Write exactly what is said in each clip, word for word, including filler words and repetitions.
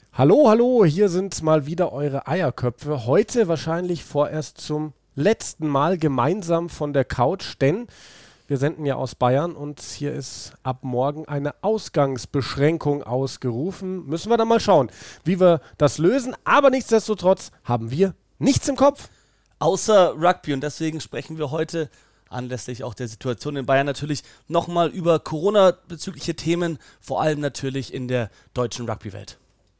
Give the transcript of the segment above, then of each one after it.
Hallo, hallo, hier sind mal wieder eure Eierköpfe. Heute wahrscheinlich vorerst zum letzten Mal gemeinsam von der Couch, denn wir senden ja aus Bayern und hier ist ab morgen eine Ausgangsbeschränkung ausgerufen. Müssen wir dann mal schauen, wie wir das lösen. Aber nichtsdestotrotz haben wir nichts im Kopf. Außer Rugby, und deswegen sprechen wir heute anlässlich auch der Situation in Bayern natürlich nochmal über Corona-bezügliche Themen, vor allem natürlich in der deutschen Rugby-Welt.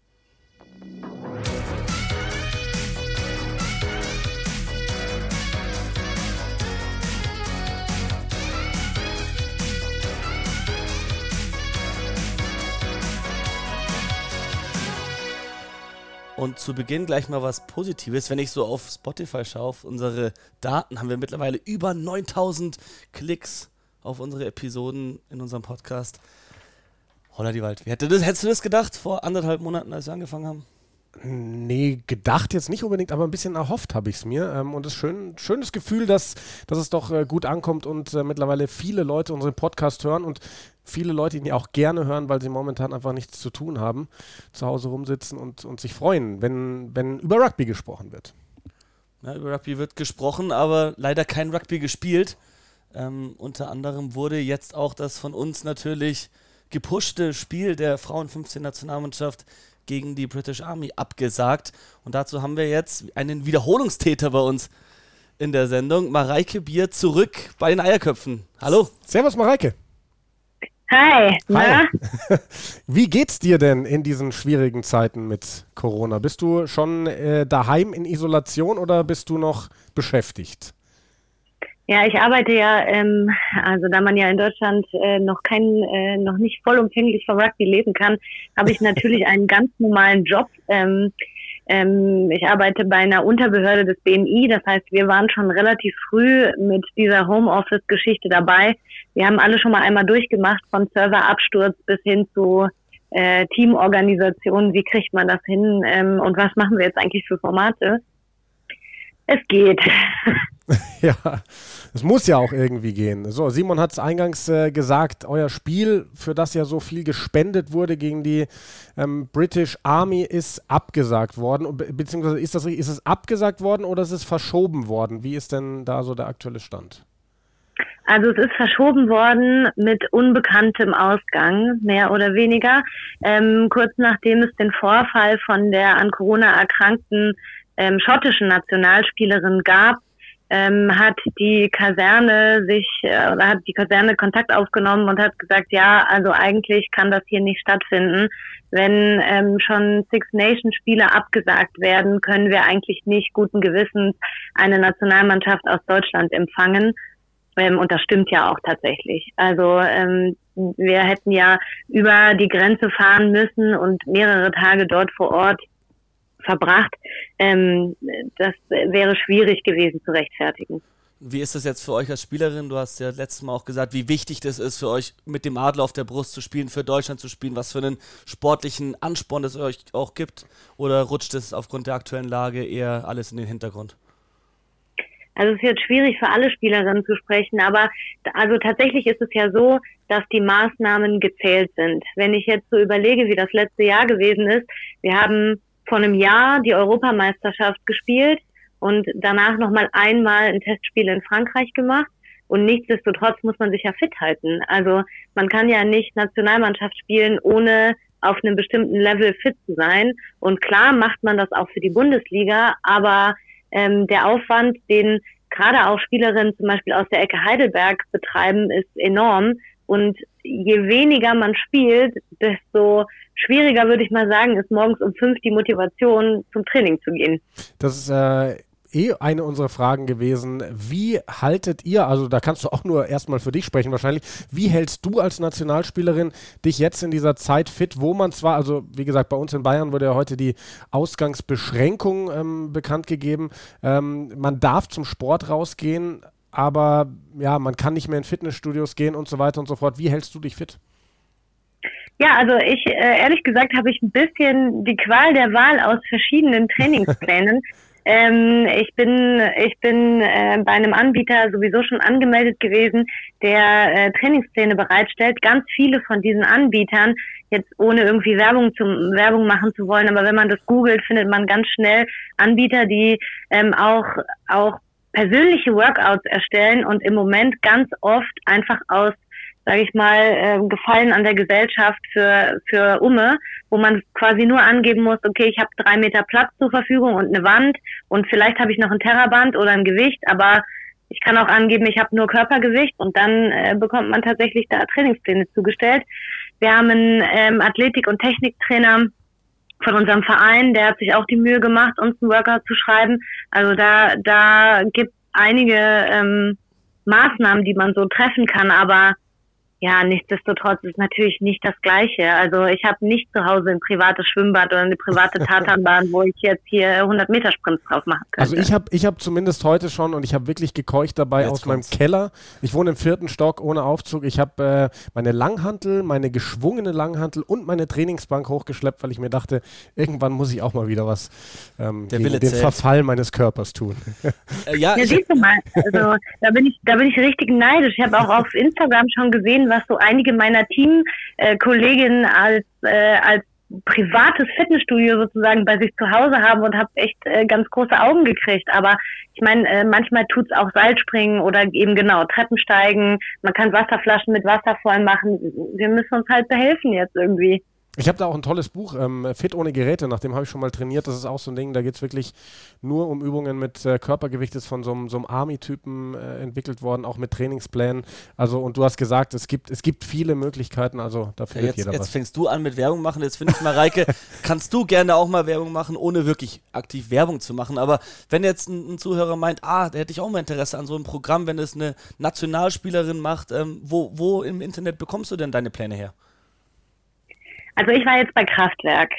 Und zu Beginn gleich mal was Positives. Wenn ich so auf Spotify schaue, auf unsere Daten, haben wir mittlerweile über neuntausend Klicks auf unsere Episoden in unserem Podcast. Holla die Wald. Wie hätte das, hättest du das gedacht vor anderthalb Monaten, als wir angefangen haben? Nee, gedacht jetzt nicht unbedingt, aber ein bisschen erhofft habe ich es mir. Ähm, und es ist schön, schönes Gefühl, dass, dass es doch äh, gut ankommt und äh, mittlerweile viele Leute unseren Podcast hören und viele Leute ihn ja auch gerne hören, weil sie momentan einfach nichts zu tun haben, zu Hause rumsitzen und, und sich freuen, wenn, wenn über Rugby gesprochen wird. Ja, über Rugby wird gesprochen, aber leider kein Rugby gespielt. Ähm, unter anderem wurde jetzt auch das von uns natürlich gepushte Spiel der Frauen fünfzehn Nationalmannschaft gegen die British Army abgesagt. Und dazu haben wir jetzt einen Wiederholungstäter bei uns in der Sendung. Mareike Bier zurück bei den Eierköpfen. Hallo. Servus Mareike. Hi. Hi. Wie geht's dir denn in diesen schwierigen Zeiten mit Corona? Bist du schon äh, daheim in Isolation oder bist du noch beschäftigt? Ja, ich arbeite ja, ähm, also da man ja in Deutschland äh, noch kein, äh, noch nicht vollumfänglich vom Rugby leben kann, habe ich natürlich einen ganz normalen Job. Ähm, ähm, ich arbeite bei einer Unterbehörde des B M I, das heißt, wir waren schon relativ früh mit dieser Homeoffice-Geschichte dabei. Wir haben alle schon mal einmal durchgemacht, von Serverabsturz bis hin zu äh, Teamorganisation. Wie kriegt man das hin ähm, und was machen wir jetzt eigentlich für Formate? Es geht. Ja, es muss ja auch irgendwie gehen. So, Simon hat es eingangs äh, gesagt, euer Spiel, für das ja so viel gespendet wurde gegen die ähm, British Army, ist abgesagt worden. Be- beziehungsweise ist das ist es abgesagt worden oder ist es verschoben worden? Wie ist denn da so der aktuelle Stand? Also es ist verschoben worden mit unbekanntem Ausgang, mehr oder weniger. Ähm, kurz nachdem es den Vorfall von der an Corona erkrankten ähm, schottischen Nationalspielerin gab, ähm, hat die Kaserne sich, äh, oder hat die Kaserne Kontakt aufgenommen und hat gesagt, ja, also eigentlich kann das hier nicht stattfinden. Wenn ähm, schon Six Nations Spiele abgesagt werden, können wir eigentlich nicht guten Gewissens eine Nationalmannschaft aus Deutschland empfangen. Ähm, und das stimmt ja auch tatsächlich. Also ähm, wir hätten ja über die Grenze fahren müssen und mehrere Tage dort vor Ort verbracht. Ähm, das wäre schwierig gewesen zu rechtfertigen. Wie ist das jetzt für euch als Spielerin? Du hast ja letztes Mal auch gesagt, wie wichtig das ist für euch, mit dem Adler auf der Brust zu spielen, für Deutschland zu spielen, was für einen sportlichen Ansporn es euch auch gibt. Oder rutscht es aufgrund der aktuellen Lage eher alles in den Hintergrund? Also es ist jetzt schwierig für alle Spielerinnen zu sprechen, aber also tatsächlich ist es ja so, dass die Maßnahmen gezählt sind. Wenn ich jetzt so überlege, wie das letzte Jahr gewesen ist, wir haben vor einem Jahr die Europameisterschaft gespielt und danach nochmal einmal ein Testspiel in Frankreich gemacht und nichtsdestotrotz muss man sich ja fit halten. Also man kann ja nicht Nationalmannschaft spielen, ohne auf einem bestimmten Level fit zu sein. Und klar macht man das auch für die Bundesliga, aber ähm, der Aufwand, den gerade auch Spielerinnen zum Beispiel aus der Ecke Heidelberg betreiben, ist enorm. Und je weniger man spielt, desto schwieriger, würde ich mal sagen, ist morgens um fünf die Motivation, zum Training zu gehen. Das ist äh, eh eine unserer Fragen gewesen. Wie haltet ihr, also da kannst du auch nur erstmal für dich sprechen wahrscheinlich, wie hältst du als Nationalspielerin dich jetzt in dieser Zeit fit, wo man zwar, also wie gesagt, bei uns in Bayern wurde ja heute die Ausgangsbeschränkung ähm, bekannt gegeben, ähm, man darf zum Sport rausgehen, aber ja, man kann nicht mehr in Fitnessstudios gehen und so weiter und so fort. Wie hältst du dich fit? Ja, also ich, äh, ehrlich gesagt, habe ich ein bisschen die Qual der Wahl aus verschiedenen Trainingsplänen. Ähm, ich bin, ich bin äh, bei einem Anbieter sowieso schon angemeldet gewesen, der äh, Trainingspläne bereitstellt. Ganz viele von diesen Anbietern, jetzt ohne irgendwie Werbung zu, Werbung machen zu wollen, aber wenn man das googelt, findet man ganz schnell Anbieter, die ähm, auch, auch persönliche Workouts erstellen und im Moment ganz oft einfach aus, sage ich mal, äh, Gefallen an der Gesellschaft für für Umme, wo man quasi nur angeben muss, okay, ich habe drei Meter Platz zur Verfügung und eine Wand und vielleicht habe ich noch ein Terraband oder ein Gewicht, aber ich kann auch angeben, ich habe nur Körpergewicht und dann äh, bekommt man tatsächlich da Trainingspläne zugestellt. Wir haben einen ähm, Athletik- und Techniktrainer von unserem Verein, der hat sich auch die Mühe gemacht, uns einen Workout zu schreiben. Also da da gibt es einige ähm, Maßnahmen, die man so treffen kann, aber ja, nichtsdestotrotz ist natürlich nicht das Gleiche. Also ich habe nicht zu Hause ein privates Schwimmbad oder eine private Tatanbahn, wo ich jetzt hier hundert Meter Sprints drauf machen könnte. Also ich habe ich hab zumindest heute schon und ich habe wirklich gekeucht dabei jetzt aus kommt's. meinem Keller. Ich wohne im vierten Stock ohne Aufzug. Ich habe äh, meine Langhantel, meine geschwungene Langhantel und meine Trainingsbank hochgeschleppt, weil ich mir dachte, irgendwann muss ich auch mal wieder was ähm, gegen den zählt. Verfall meines Körpers tun. Äh, ja, ja siehst du mal, also da bin ich, da bin ich richtig neidisch. Ich habe auch auf Instagram schon gesehen, was so einige meiner Teamkolleginnen äh, als äh, als privates Fitnessstudio sozusagen bei sich zu Hause haben und habe echt äh, ganz große Augen gekriegt. Aber ich meine, äh, manchmal tut's auch Seilspringen oder eben genau Treppensteigen. Man kann Wasserflaschen mit Wasser voll machen. Wir müssen uns halt behelfen jetzt irgendwie. Ich habe da auch ein tolles Buch, ähm, Fit ohne Geräte, nach dem habe ich schon mal trainiert. Das ist auch so ein Ding, da geht es wirklich nur um Übungen mit äh, Körpergewicht, ist von so einem so Army-Typen äh, entwickelt worden, auch mit Trainingsplänen. Also und du hast gesagt, es gibt, es gibt viele Möglichkeiten, also da findet ja, jetzt, jeder jetzt was. Jetzt fängst du an mit Werbung machen, jetzt finde ich, Mareike, kannst du gerne auch mal Werbung machen, ohne wirklich aktiv Werbung zu machen. Aber wenn jetzt ein, ein Zuhörer meint, ah, da hätte ich auch mal Interesse an so einem Programm, wenn es eine Nationalspielerin macht, ähm, wo, wo im Internet bekommst du denn deine Pläne her? Also ich war jetzt bei Kraftwerk.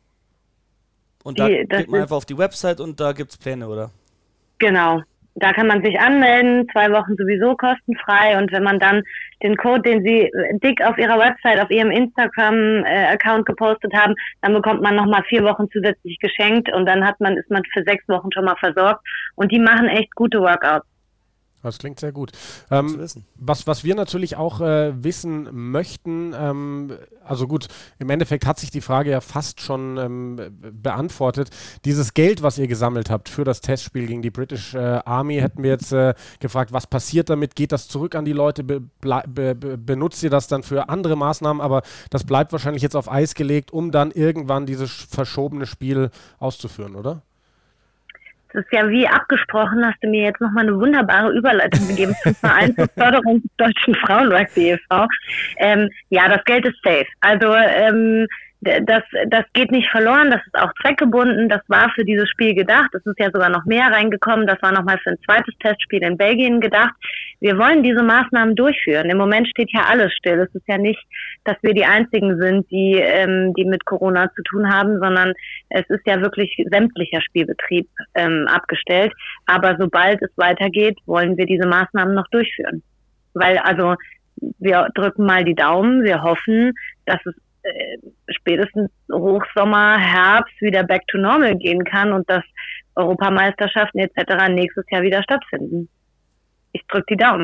Und da die, geht man einfach auf die Website und da gibt es Pläne, oder? Genau. Da kann man sich anmelden, zwei Wochen sowieso kostenfrei und wenn man dann den Code, den sie dick auf ihrer Website, auf ihrem Instagram-Account gepostet haben, dann bekommt man nochmal vier Wochen zusätzlich geschenkt und dann hat man, ist man für sechs Wochen schon mal versorgt und die machen echt gute Workouts. Das klingt sehr gut. Ähm, was, was wir natürlich auch äh, wissen möchten, ähm, also gut, im Endeffekt hat sich die Frage ja fast schon ähm, beantwortet. Dieses Geld, was ihr gesammelt habt für das Testspiel gegen die British äh, Army, hätten wir jetzt äh, gefragt, was passiert damit? Geht das zurück an die Leute? Be- be- be- benutzt ihr das dann für andere Maßnahmen? Aber das bleibt wahrscheinlich jetzt auf Eis gelegt, um dann irgendwann dieses verschobene Spiel auszuführen, oder? Das ist ja wie abgesprochen, hast du mir jetzt nochmal eine wunderbare Überleitung gegeben zum Verein zur Förderung des deutschen Frauenrugby e V Ähm, ja, das Geld ist safe. Also ähm, das, das geht nicht verloren, das ist auch zweckgebunden, das war für dieses Spiel gedacht, es ist ja sogar noch mehr reingekommen, das war nochmal für ein zweites Testspiel in Belgien gedacht. Wir wollen diese Maßnahmen durchführen. Im Moment steht ja alles still. Es ist ja nicht, dass wir die Einzigen sind, die, ähm, die mit Corona zu tun haben, sondern es ist ja wirklich sämtlicher Spielbetrieb ähm, abgestellt. Aber sobald es weitergeht, wollen wir diese Maßnahmen noch durchführen. Weil also wir drücken mal die Daumen, wir hoffen, dass es äh, spätestens Hochsommer, Herbst wieder back to normal gehen kann und dass Europameisterschaften et cetera nächstes Jahr wieder stattfinden. Ich drücke die Daumen.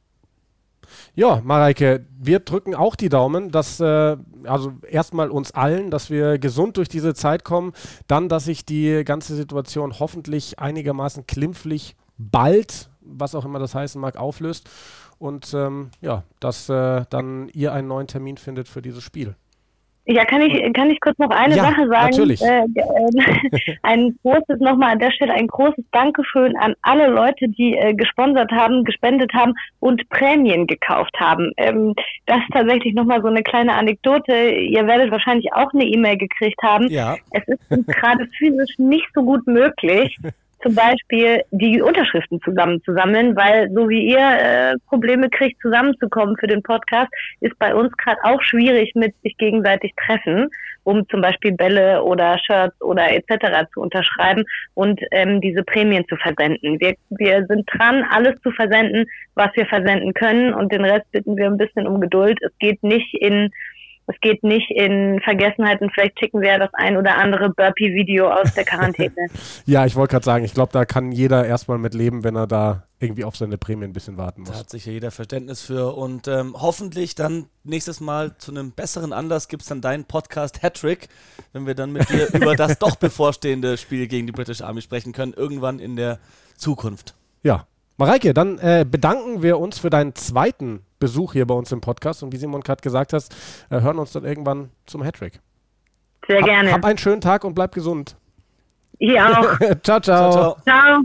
Ja, Mareike, wir drücken auch die Daumen, dass äh, also erstmal uns allen, dass wir gesund durch diese Zeit kommen, dann, dass sich die ganze Situation hoffentlich einigermaßen glimpflich bald, was auch immer das heißen mag, auflöst und ähm, ja, dass äh, dann ihr einen neuen Termin findet für dieses Spiel. Ja, kann ich, kann ich kurz noch eine ja, Sache sagen? Natürlich. Äh, äh, ein großes, nochmal an der Stelle ein großes Dankeschön an alle Leute, die äh, gesponsert haben, gespendet haben und Prämien gekauft haben. Ähm, das ist tatsächlich nochmal so eine kleine Anekdote. Ihr werdet wahrscheinlich auch eine E-Mail gekriegt haben. Ja. Es ist uns gerade physisch nicht so gut möglich, zum Beispiel die Unterschriften zusammenzusammeln, weil so wie ihr äh, Probleme kriegt, zusammenzukommen für den Podcast, ist bei uns gerade auch schwierig mit sich gegenseitig treffen, um zum Beispiel Bälle oder Shirts oder et cetera zu unterschreiben und ähm, diese Prämien zu versenden. Wir, wir sind dran, alles zu versenden, was wir versenden können und den Rest bitten wir ein bisschen um Geduld. Es geht nicht in es geht nicht in Vergessenheit und vielleicht schicken wir ja das ein oder andere Burpee-Video aus der Quarantäne. Ja, ich wollte gerade sagen, ich glaube, da kann jeder erstmal mit leben, wenn er da irgendwie auf seine Prämie ein bisschen warten muss. Da hat sicher jeder Verständnis für und ähm, hoffentlich dann nächstes Mal zu einem besseren Anlass gibt es dann deinen Podcast Hattrick, wenn wir dann mit dir über das doch bevorstehende Spiel gegen die British Army sprechen können, irgendwann in der Zukunft. Ja, Mareike, dann äh, bedanken wir uns für deinen zweiten Besuch hier bei uns im Podcast und wie Simon gerade gesagt hast, äh, hören uns dann irgendwann zum Hattrick. Sehr hab, gerne. Hab einen schönen Tag und bleib gesund. Ihr auch. Ciao, ciao. Ciao, ciao. Ciao.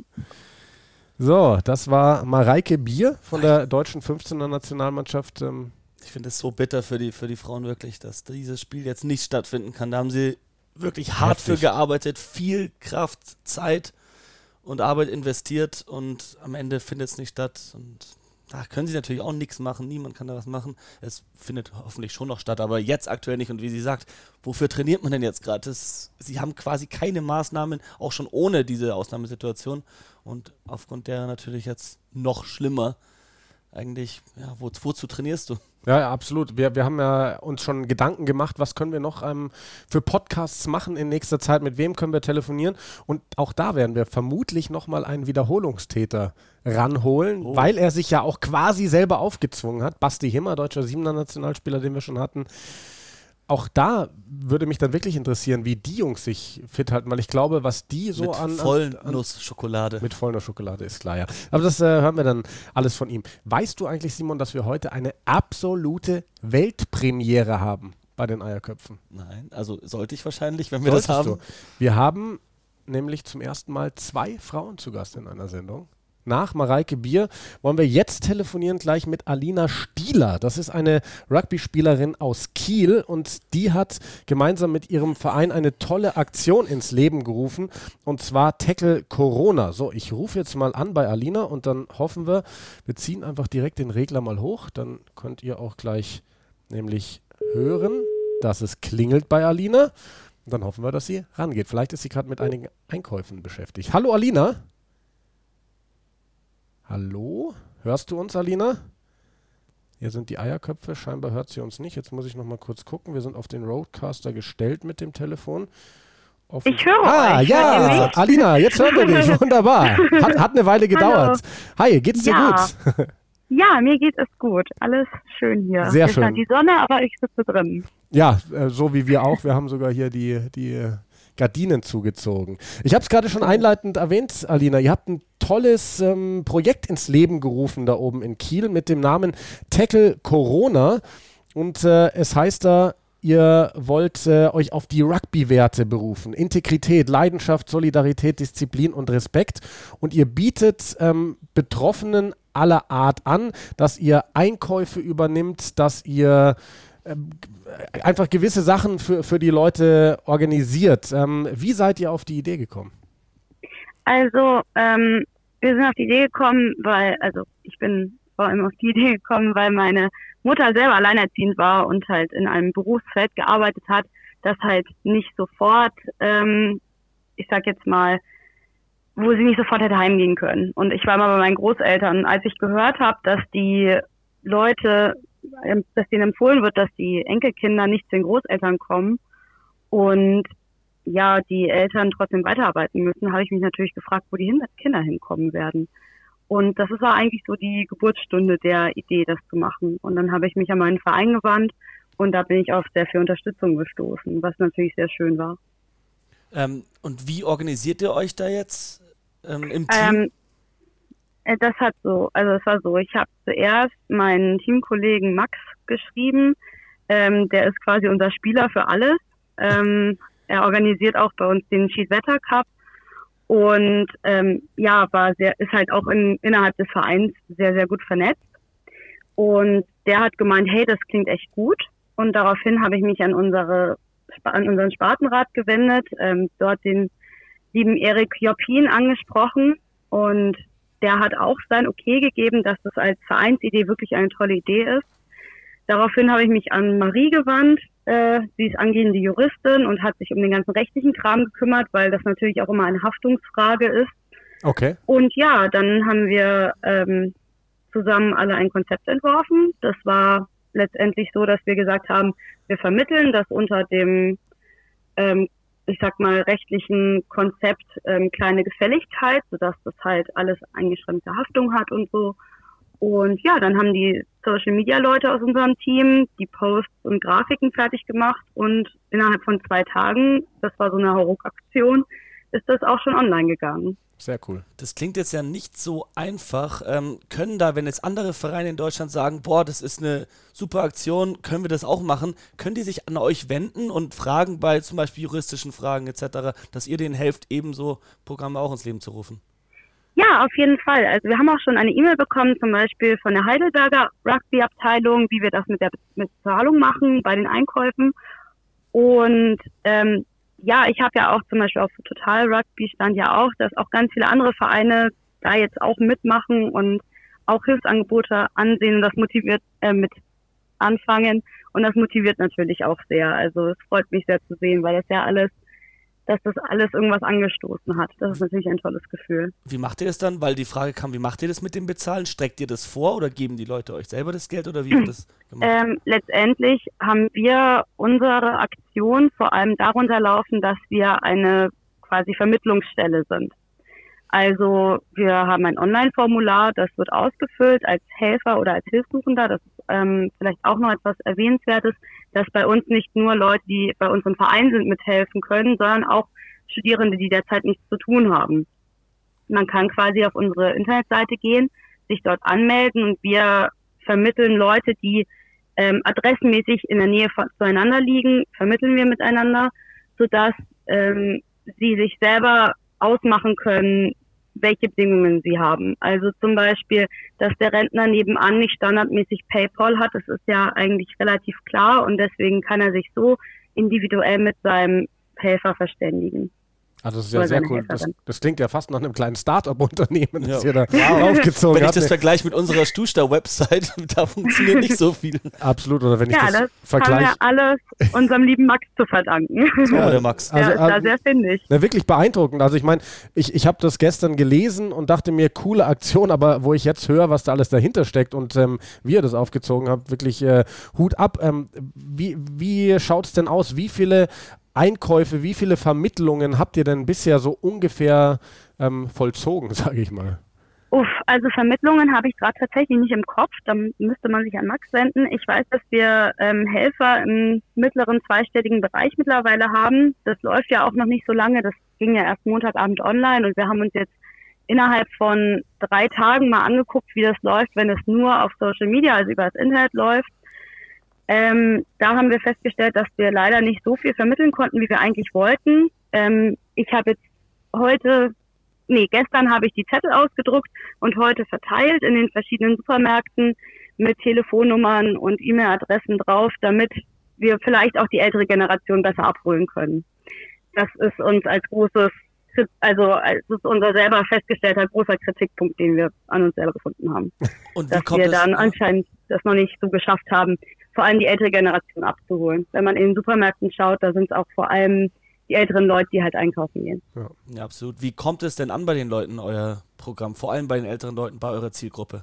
So, das war Mareike Bier von der deutschen fünfzehner-Nationalmannschaft. Ähm, Ich finde es so bitter für die, für die Frauen wirklich, dass dieses Spiel jetzt nicht stattfinden kann. Da haben sie wirklich hart Heftig. für gearbeitet, viel Kraft, Zeit und Arbeit investiert und am Ende findet es nicht statt. Und da können sie natürlich auch nichts machen, niemand kann da was machen. Es findet hoffentlich schon noch statt, aber jetzt aktuell nicht. Und wie sie sagt, wofür trainiert man denn jetzt gerade? Sie haben quasi keine Maßnahmen, auch schon ohne diese Ausnahmesituation. Und aufgrund der natürlich jetzt noch schlimmer. Eigentlich, ja, wo, wozu trainierst du? Ja, ja, absolut. Wir, wir haben ja uns schon Gedanken gemacht, was können wir noch ähm, für Podcasts machen in nächster Zeit, mit wem können wir telefonieren und auch da werden wir vermutlich nochmal einen Wiederholungstäter ranholen, Oh. weil er sich ja auch quasi selber aufgezwungen hat. Basti Himmer, deutscher Siebener-Nationalspieler, den wir schon hatten. Auch da würde mich dann wirklich interessieren, wie die Jungs sich fit halten, weil ich glaube, was die so Mit an... an, Vollnussschokolade. Mit Vollnussschokolade, ist klar, ja. Aber das äh, hören wir dann alles von ihm. Weißt du eigentlich, Simon, dass wir heute eine absolute Weltpremiere haben bei den Eierköpfen? Nein, also sollte ich wahrscheinlich, wenn wir Solltest das haben. du. Wir haben nämlich zum ersten Mal zwei Frauen zu Gast in einer Sendung. Nach Mareike Bier wollen wir jetzt telefonieren gleich mit Alina Stieler. Das ist eine Rugby-Spielerin aus Kiel und die hat gemeinsam mit ihrem Verein eine tolle Aktion ins Leben gerufen und zwar Tackle Corona. So, ich rufe jetzt mal an bei Alina und dann hoffen wir, wir ziehen einfach direkt den Regler mal hoch. Dann könnt ihr auch gleich nämlich hören, dass es klingelt bei Alina. Und dann hoffen wir, dass sie rangeht. Vielleicht ist sie gerade mit einigen Einkäufen beschäftigt. Hallo Alina. Hallo? Hörst du uns, Alina? Hier sind die Eierköpfe. Scheinbar hört sie uns nicht. Jetzt muss ich noch mal kurz gucken. Wir sind auf den Roadcaster gestellt mit dem Telefon. Offen Ich höre ah, euch. ja, Hört ihr mich? Alina, jetzt hören wir dich. Wunderbar. Hat, hat eine Weile gedauert. Hi, geht's dir Ja. gut? Ja, mir geht es gut. Alles schön hier. Sehr Hier schön. scheint die Sonne, aber ich sitze drin. Ja, äh, so wie wir auch. Wir haben sogar hier die, die äh, Gardinen zugezogen. Ich habe es gerade schon einleitend erwähnt, Alina. Ihr habt ein tolles ähm, Projekt ins Leben gerufen da oben in Kiel mit dem Namen Tackle Corona. Und äh, es heißt da, ihr wollt äh, euch auf die Rugby-Werte berufen. Integrität, Leidenschaft, Solidarität, Disziplin und Respekt. Und ihr bietet ähm, Betroffenen aller Art an, dass ihr Einkäufe übernimmt, dass ihr ähm, einfach gewisse Sachen für, für die Leute organisiert. Ähm, wie seid ihr auf die Idee gekommen? Also, ähm, wir sind auf die Idee gekommen, weil, also ich bin vor allem auf die Idee gekommen, weil meine Mutter selber alleinerziehend war und halt in einem Berufsfeld gearbeitet hat, das halt nicht sofort, ähm, ich sag jetzt mal, wo sie nicht sofort hätte heimgehen können. Und ich war mal bei meinen Großeltern, als ich gehört habe, dass die Leute, ähm, dass denen empfohlen wird, dass die Enkelkinder nicht zu den Großeltern kommen und ja, die Eltern trotzdem weiterarbeiten müssen, habe ich mich natürlich gefragt, wo die Hin- Kinder hinkommen werden. Und das war eigentlich so die Geburtsstunde der Idee, das zu machen. Und dann habe ich mich an meinen Verein gewandt und da bin ich auf sehr viel Unterstützung gestoßen, was natürlich sehr schön war. Ähm, und wie organisiert ihr euch da jetzt ähm, im Team? Ähm, äh, das hat so, also es war so, ich habe zuerst meinen Teamkollegen Max geschrieben, ähm, der ist quasi unser Spieler für alles. Ähm, er organisiert auch bei uns den Schießwetter Cup und ähm, ja, war sehr, ist halt auch in, innerhalb des Vereins sehr, sehr gut vernetzt. Und der hat gemeint, hey, das klingt echt gut. Und daraufhin habe ich mich an unsere an unseren Spartenrat gewendet, ähm, dort den lieben Erik Joppin angesprochen und der hat auch sein Okay gegeben, dass das als Vereinsidee wirklich eine tolle Idee ist. Daraufhin habe ich mich an Marie gewandt, äh, sie ist angehende Juristin und hat sich um den ganzen rechtlichen Kram gekümmert, weil das natürlich auch immer eine Haftungsfrage ist. Okay. Und ja, dann haben wir ähm, zusammen alle ein Konzept entworfen. Das war letztendlich so, dass wir gesagt haben, wir vermitteln das unter dem, ähm, ich sag mal, rechtlichen Konzept ähm, kleine Gefälligkeit, sodass das halt alles eingeschränkte Haftung hat und so. Und ja, dann haben die Social-Media-Leute aus unserem Team die Posts und Grafiken fertig gemacht und innerhalb von zwei Tagen, das war so eine Hauruck-Aktion, ist das auch schon online gegangen. Sehr cool. Das klingt jetzt ja nicht so einfach. Ähm, können da, wenn jetzt andere Vereine in Deutschland sagen, boah, das ist eine super Aktion, können wir das auch machen, können die sich an euch wenden und fragen bei zum Beispiel juristischen Fragen et cetera, dass ihr denen helft, ebenso Programme auch ins Leben zu rufen? Ja, auf jeden Fall. Also wir haben auch schon eine E-Mail bekommen, zum Beispiel von der Heidelberger Rugby-Abteilung, wie wir das mit der Bezahlung machen bei den Einkäufen. Und ähm, ja, ich habe ja auch zum Beispiel auf Total Rugby stand ja auch, dass auch ganz viele andere Vereine da jetzt auch mitmachen und auch Hilfsangebote ansehen und das motiviert äh, mit anfangen. Und das motiviert natürlich auch sehr. Also es freut mich sehr zu sehen, weil das ja alles dass das alles irgendwas angestoßen hat. Das ist natürlich ein tolles Gefühl. Wie macht ihr das dann? Weil die Frage kam, wie macht ihr das mit dem Bezahlen? Streckt ihr das vor oder geben die Leute euch selber das Geld oder wie wird das gemacht? Ähm, letztendlich haben wir unsere Aktion vor allem darunter laufen, dass wir eine quasi Vermittlungsstelle sind. Also wir haben ein Online-Formular, das wird ausgefüllt als Helfer oder als Hilfssuchender. Das ist ähm, vielleicht auch noch etwas Erwähnenswertes, dass bei uns nicht nur Leute, die bei uns im Verein sind, mithelfen können, sondern auch Studierende, die derzeit nichts zu tun haben. Man kann quasi auf unsere Internetseite gehen, sich dort anmelden und wir vermitteln Leute, die ähm, adressenmäßig in der Nähe von, zueinander liegen, vermitteln wir miteinander, sodass ähm, sie sich selber ausmachen können, welche Bedingungen sie haben. Also zum Beispiel, dass der Rentner nebenan nicht standardmäßig PayPal hat, das ist ja eigentlich relativ klar und deswegen kann er sich so individuell mit seinem Helfer verständigen. Also das ist ja sehr cool. Das, das klingt ja fast nach einem kleinen Start-up-Unternehmen, das ja. ihr da wow. aufgezogen Wenn habt. ich das vergleiche mit unserer Stusta-Website, da funktioniert nicht so viel. Absolut, oder wenn ich ja, das, das vergleiche. Ja, das haben wir alles unserem lieben Max zu verdanken. Ja, der Max. Also, der ist da sehr findig. Na, wirklich beeindruckend. Also ich meine, ich, ich habe das gestern gelesen und dachte mir, coole Aktion, aber wo ich jetzt höre, was da alles dahinter steckt und ähm, wie ihr das aufgezogen habt, wirklich äh, Hut ab. Ähm, wie wie schaut es denn aus? Wie viele Einkäufe, wie viele Vermittlungen habt ihr denn bisher so ungefähr ähm, vollzogen, sage ich mal? Uff, also Vermittlungen habe ich gerade tatsächlich nicht im Kopf, da müsste man sich an Max wenden. Ich weiß, dass wir ähm, Helfer im mittleren zweistelligen Bereich mittlerweile haben. Das läuft ja auch noch nicht so lange, das ging ja erst Montagabend online und wir haben uns jetzt innerhalb von drei Tagen mal angeguckt, wie das läuft, wenn es nur auf Social Media, also über das Internet läuft. Ähm, da haben wir festgestellt, dass wir leider nicht so viel vermitteln konnten, wie wir eigentlich wollten. Ähm, ich habe jetzt heute, nee, gestern habe ich die Zettel ausgedruckt und heute verteilt in den verschiedenen Supermärkten mit Telefonnummern und E-Mail-Adressen drauf, damit wir vielleicht auch die ältere Generation besser abholen können. Das ist uns als großes, also das ist unser selber festgestellter großer Kritikpunkt, den wir an uns selber gefunden haben. Und wie dass kommt wir es, dann anscheinend das noch nicht so geschafft haben, vor allem die ältere Generation abzuholen. Wenn man in den Supermärkten schaut, da sind es auch vor allem die älteren Leute, die halt einkaufen gehen. Ja. Ja, absolut. Wie kommt es denn an bei den Leuten, euer Programm? Vor allem bei den älteren Leuten, bei eurer Zielgruppe?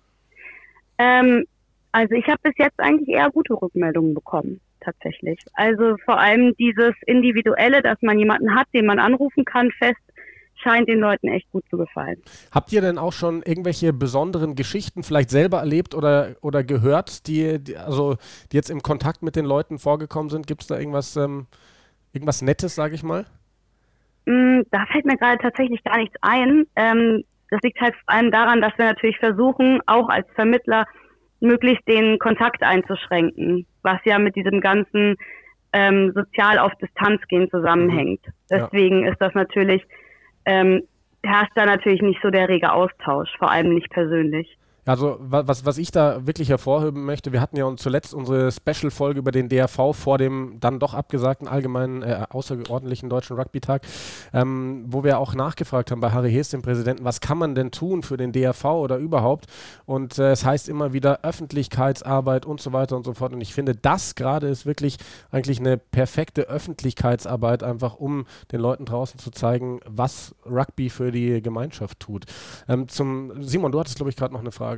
Ähm, also ich habe bis jetzt eigentlich eher gute Rückmeldungen bekommen, tatsächlich. Also vor allem dieses Individuelle, dass man jemanden hat, den man anrufen kann, fest, scheint den Leuten echt gut zu gefallen. Habt ihr denn auch schon irgendwelche besonderen Geschichten vielleicht selber erlebt oder, oder gehört, die, die, also, die jetzt im Kontakt mit den Leuten vorgekommen sind? Gibt es da irgendwas, ähm, irgendwas Nettes, sage ich mal? Mm, da fällt mir gerade tatsächlich gar nichts ein. Ähm, das liegt halt vor allem daran, dass wir natürlich versuchen, auch als Vermittler möglichst den Kontakt einzuschränken, was ja mit diesem ganzen ähm, sozial auf Distanz gehen zusammenhängt. Ja. Deswegen ist das natürlich Ähm, herrscht da natürlich nicht so der rege Austausch, vor allem nicht persönlich. Also was, was ich da wirklich hervorheben möchte, wir hatten ja zuletzt unsere Special-Folge über den D R V vor dem dann doch abgesagten allgemeinen, äh, außerordentlichen Deutschen Rugby-Tag, ähm, wo wir auch nachgefragt haben bei Harry Hees, dem Präsidenten, was kann man denn tun für den D R V oder überhaupt? Und äh, es heißt immer wieder Öffentlichkeitsarbeit und so weiter und so fort. Und ich finde, das gerade ist wirklich eigentlich eine perfekte Öffentlichkeitsarbeit, einfach um den Leuten draußen zu zeigen, was Rugby für die Gemeinschaft tut. Ähm, zum Simon, du hattest, glaube ich, gerade noch eine Frage.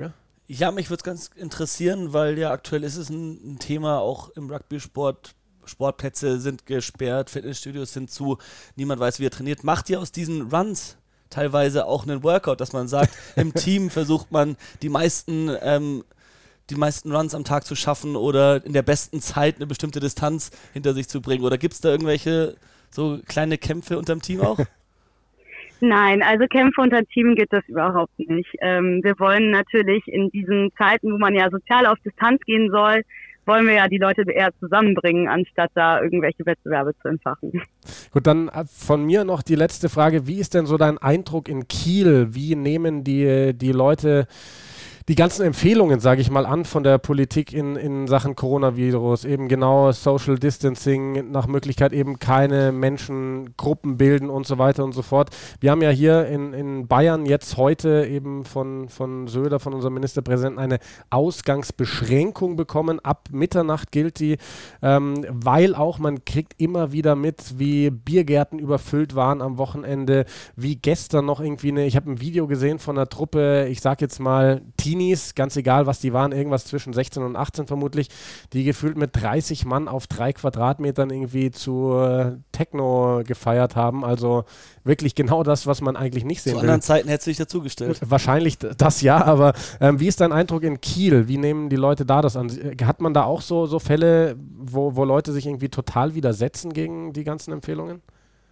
Ja, mich würde es ganz interessieren, weil ja aktuell ist es ein, ein Thema auch im Rugby-Sport. Sportplätze sind gesperrt, Fitnessstudios sind zu, niemand weiß, wie er trainiert. Macht ihr aus diesen Runs teilweise auch einen Workout, dass man sagt, im Team versucht man die meisten, ähm, die meisten Runs am Tag zu schaffen oder in der besten Zeit eine bestimmte Distanz hinter sich zu bringen? Oder gibt es da irgendwelche so kleine Kämpfe unterm Team auch? Nein, also Kämpfe unter Team gibt es überhaupt nicht. Ähm, wir wollen natürlich in diesen Zeiten, wo man ja sozial auf Distanz gehen soll, wollen wir ja die Leute eher zusammenbringen, anstatt da irgendwelche Wettbewerbe zu entfachen. Gut, dann von mir noch die letzte Frage. Wie ist denn so dein Eindruck in Kiel? Wie nehmen die, die Leute die ganzen Empfehlungen, sage ich mal, an von der Politik in, in Sachen Coronavirus? Eben genau Social Distancing, nach Möglichkeit eben keine Menschengruppen bilden und so weiter und so fort. Wir haben ja hier in, in Bayern jetzt heute eben von, von Söder, von unserem Ministerpräsidenten, eine Ausgangsbeschränkung bekommen. Ab Mitternacht gilt die, ähm, weil auch man kriegt immer wieder mit, wie Biergärten überfüllt waren am Wochenende, wie gestern noch irgendwie eine, ich habe ein Video gesehen von einer Truppe, ich sage jetzt mal Teenies, ganz egal, was die waren, irgendwas zwischen sechzehn und achtzehn vermutlich, die gefühlt mit dreißig Mann auf drei Quadratmetern irgendwie zu äh, Techno gefeiert haben. Also wirklich genau das, was man eigentlich nicht sehen will. Zu anderen Zeiten hättest du dich dazugestellt. Wahrscheinlich das ja, aber ähm, wie ist dein Eindruck in Kiel? Wie nehmen die Leute da das an? Hat man da auch so, so Fälle, wo, wo Leute sich irgendwie total widersetzen gegen die ganzen Empfehlungen?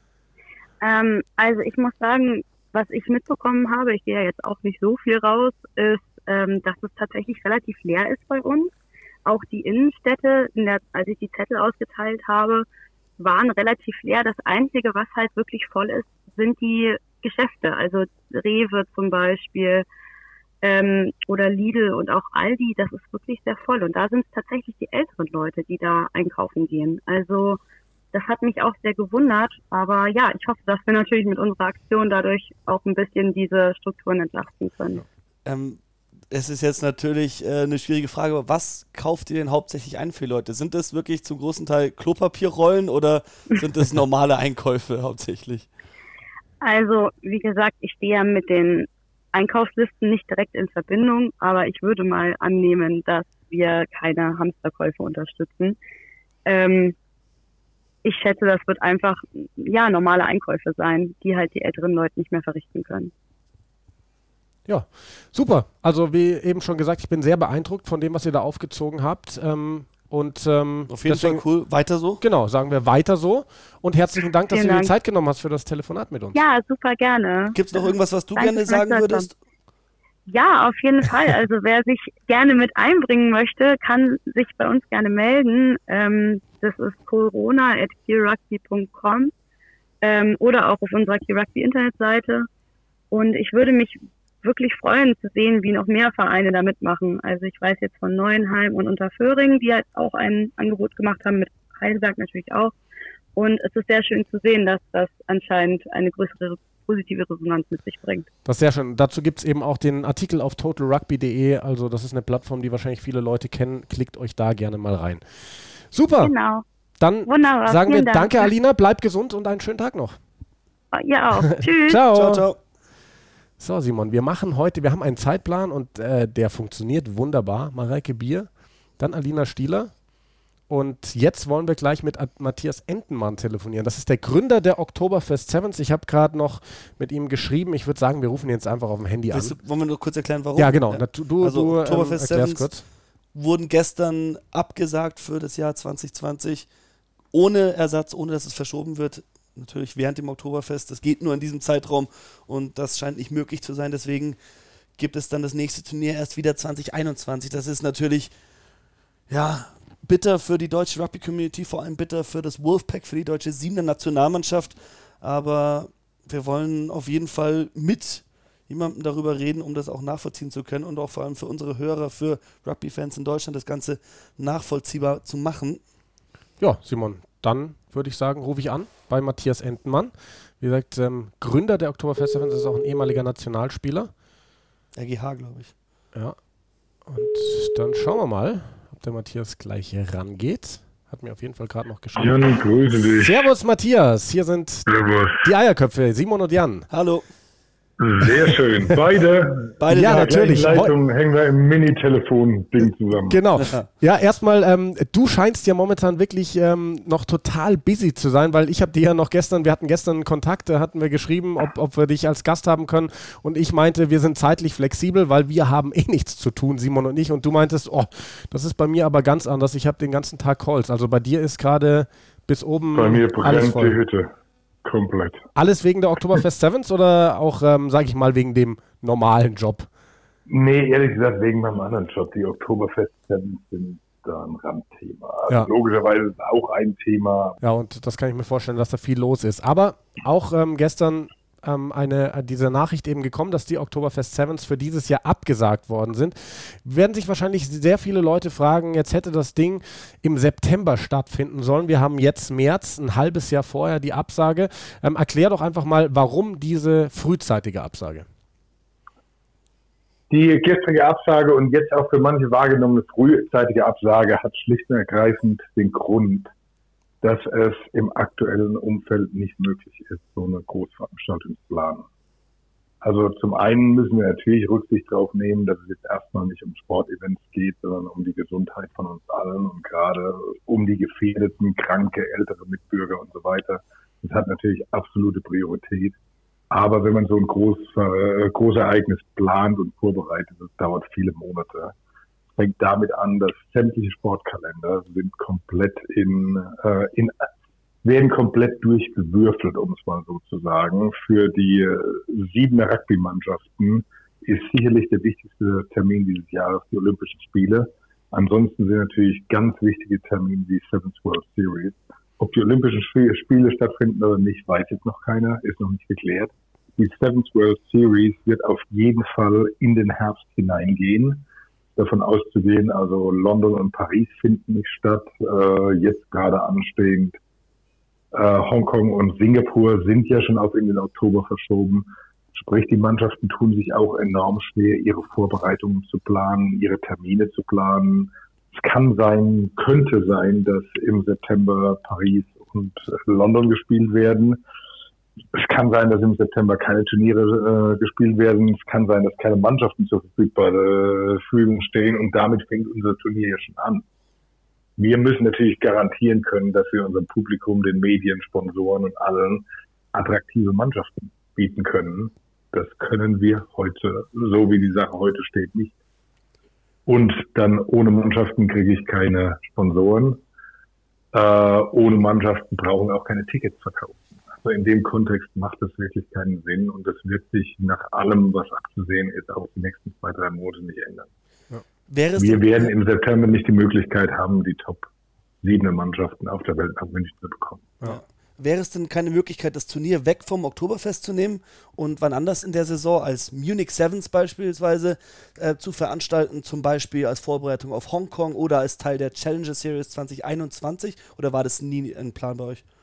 Ähm, also ich muss sagen, was ich mitbekommen habe, ich gehe ja jetzt auch nicht so viel raus, ist, ähm, dass es tatsächlich relativ leer ist bei uns. Auch die Innenstädte, in der, als ich die Zettel ausgeteilt habe, waren relativ leer. Das Einzige, was halt wirklich voll ist, sind die Geschäfte. Also Rewe zum Beispiel ähm, oder Lidl und auch Aldi, das ist wirklich sehr voll. Und da sind es tatsächlich die älteren Leute, die da einkaufen gehen. Also das hat mich auch sehr gewundert. Aber ja, ich hoffe, dass wir natürlich mit unserer Aktion dadurch auch ein bisschen diese Strukturen entlasten können. Ähm, es ist jetzt natürlich äh, eine schwierige Frage, aber was kauft ihr denn hauptsächlich ein für Leute? Sind das wirklich zum großen Teil Klopapierrollen oder sind das normale Einkäufe hauptsächlich? Also, wie gesagt, ich stehe ja mit den Einkaufslisten nicht direkt in Verbindung, aber ich würde mal annehmen, dass wir keine Hamsterkäufe unterstützen. Ähm, ich schätze, das wird einfach, ja, normale Einkäufe sein, die halt die älteren Leute nicht mehr verrichten können. Ja, super. Also wie eben schon gesagt, ich bin sehr beeindruckt von dem, was ihr da aufgezogen habt. Ähm, und ähm, auf jeden deswegen, Fall cool. Weiter so? Genau, sagen wir weiter so. Und herzlichen Dank, dass Vielen du dir Dank. die Zeit genommen hast für das Telefonat mit uns. Ja, super gerne. Gibt es noch irgendwas, was du Danke, gerne sagen Danke, würdest? Ja, auf jeden Fall. Also wer sich gerne mit einbringen möchte, kann sich bei uns gerne melden. Ähm, das ist corona at kielrugby punkt com ähm, oder auch auf unserer Kielrugby Internetseite. Und ich würde mich wirklich freuen zu sehen, wie noch mehr Vereine da mitmachen. Also ich weiß jetzt von Neuenheim und Unterföhring, die halt auch ein Angebot gemacht haben, mit Heidelberg natürlich auch. Und es ist sehr schön zu sehen, dass das anscheinend eine größere positive Resonanz mit sich bringt. Das ist sehr schön. Dazu gibt es eben auch den Artikel auf total rugby punkt de. Also das ist eine Plattform, die wahrscheinlich viele Leute kennen. Klickt euch da gerne mal rein. Super. Genau. Dann Wunderbar. sagen wir Vielen Dank. Danke, Alina. Bleib gesund und einen schönen Tag noch. Ja auch. Tschüss. Ciao. Ciao, ciao. So, Simon, wir machen heute, wir haben einen Zeitplan und äh, der funktioniert wunderbar. Mareike Bier, dann Alina Stieler und jetzt wollen wir gleich mit Matthias Entenmann telefonieren. Das ist der Gründer der Oktoberfest Sevens. Ich habe gerade noch mit ihm geschrieben. Ich würde sagen, wir rufen ihn jetzt einfach auf dem Handy Willst an. du, wollen wir nur kurz erklären, warum? Ja, genau. Na, du du, also, du Oktoberfest ähm, erklärst Sevens kurz. Wurden gestern abgesagt für das Jahr zwanzig zwanzig. Ohne Ersatz, ohne dass es verschoben wird. Natürlich während dem Oktoberfest. Das geht nur in diesem Zeitraum und das scheint nicht möglich zu sein. Deswegen gibt es dann das nächste Turnier erst wieder zwanzig einundzwanzig. Das ist natürlich, ja, bitter für die deutsche Rugby-Community, vor allem bitter für das Wolfpack, für die deutsche siebener Nationalmannschaft. Aber wir wollen auf jeden Fall mit jemandem darüber reden, um das auch nachvollziehen zu können und auch vor allem für unsere Hörer, für Rugby-Fans in Deutschland das Ganze nachvollziehbar zu machen. Ja, Simon, dann würde ich sagen, rufe ich an bei Matthias Entenmann. Wie gesagt, ähm, Gründer der Oktoberfest Sevens, ist auch ein ehemaliger Nationalspieler. R G H, glaube ich. Ja. Und dann schauen wir mal, ob der Matthias gleich rangeht. Hat mir auf jeden Fall gerade noch geschrieben. Jan, grüße dich. Servus Matthias, hier sind Servus. die Eierköpfe, Simon und Jan. Hallo. Sehr schön. Beide, Beide ja, natürlich. Leitung hängen wir im Mini-Telefon-Ding zusammen. Genau. Ja, erstmal, ähm, du scheinst ja momentan wirklich ähm, noch total busy zu sein, weil ich habe dir ja noch gestern, wir hatten gestern Kontakt, da hatten wir geschrieben, ob, ob wir dich als Gast haben können und ich meinte, wir sind zeitlich flexibel, weil wir haben eh nichts zu tun, Simon und ich, und du meintest, oh, das ist bei mir aber ganz anders, ich habe den ganzen Tag Calls, also bei dir ist gerade bis oben Bei mir alles brennt voll. die Hütte. Komplett. Alles wegen der Oktoberfest Sevens oder auch, ähm, sage ich mal, wegen dem normalen Job? Nee, ehrlich gesagt, wegen meinem anderen Job. Die Oktoberfest Sevens sind da ein Randthema. Also Ja. logischerweise ist es auch ein Thema. Ja, und das kann ich mir vorstellen, dass da viel los ist. Aber auch ähm, gestern ähm, eine, äh, diese Nachricht eben gekommen, dass die Oktoberfest Sevens für dieses Jahr abgesagt worden sind. Werden sich wahrscheinlich sehr viele Leute fragen, jetzt hätte das Ding im September stattfinden sollen. Wir haben jetzt März, ein halbes Jahr vorher die Absage. Ähm, erklär doch einfach mal, warum diese frühzeitige Absage? Die gestrige Absage und jetzt auch für manche wahrgenommene frühzeitige Absage hat schlicht und ergreifend den Grund, dass es im aktuellen Umfeld nicht möglich ist, so eine Großveranstaltung zu planen. Also zum einen müssen wir natürlich Rücksicht darauf nehmen, dass es jetzt erstmal nicht um Sportevents geht, sondern um die Gesundheit von uns allen und gerade um die gefährdeten, kranke, ältere Mitbürger und so weiter. Das hat natürlich absolute Priorität. Aber wenn man so ein groß, äh, Großereignis plant und vorbereitet, das dauert viele Monate. Es fängt damit an, dass sämtliche Sportkalender sind komplett in, äh, in werden komplett durchgewürfelt, um es mal so zu sagen. Für die äh, siebener Rugby-Mannschaften ist sicherlich der wichtigste Termin dieses Jahres die Olympischen Spiele. Ansonsten sind natürlich ganz wichtige Termine die Sevens World Series. Ob die Olympischen Spiele stattfinden oder nicht, weiß jetzt noch keiner, ist noch nicht geklärt. Die Sevens World Series wird auf jeden Fall in den Herbst hineingehen. Davon auszugehen, also London und Paris finden nicht statt. Äh, jetzt gerade anstehend äh, Hongkong und Singapur sind ja schon auf in den Oktober verschoben. Sprich, die Mannschaften tun sich auch enorm schwer, ihre Vorbereitungen zu planen, ihre Termine zu planen. Es kann sein, könnte sein, dass im September Paris und London gespielt werden. Es kann sein, dass im September keine Turniere äh, gespielt werden. Es kann sein, dass keine Mannschaften zur Verfügung stehen. Und damit fängt unser Turnier ja schon an. Wir müssen natürlich garantieren können, dass wir unserem Publikum, den Medien, Sponsoren und allen attraktive Mannschaften bieten können. Das können wir heute, so wie die Sache heute steht, nicht. Und dann ohne Mannschaften kriege ich keine Sponsoren. Äh, ohne Mannschaften brauchen wir auch keine Tickets verkaufen. Also in dem Kontext macht das wirklich keinen Sinn und das wird sich nach allem, was abzusehen ist, auch die nächsten zwei, drei Monate nicht ändern. Ja. Wäre es wir werden im September nicht die Möglichkeit haben, die Top siebener Mannschaften auf der Welt nach München zu bekommen. Ja. Wäre es denn keine Möglichkeit, das Turnier weg vom Oktoberfest zu nehmen und wann anders in der Saison als Munich Sevens beispielsweise äh, zu veranstalten, zum Beispiel als Vorbereitung auf Hongkong oder als Teil der Challenger Series zwanzig einundzwanzig? Oder war das nie ein Plan bei euch?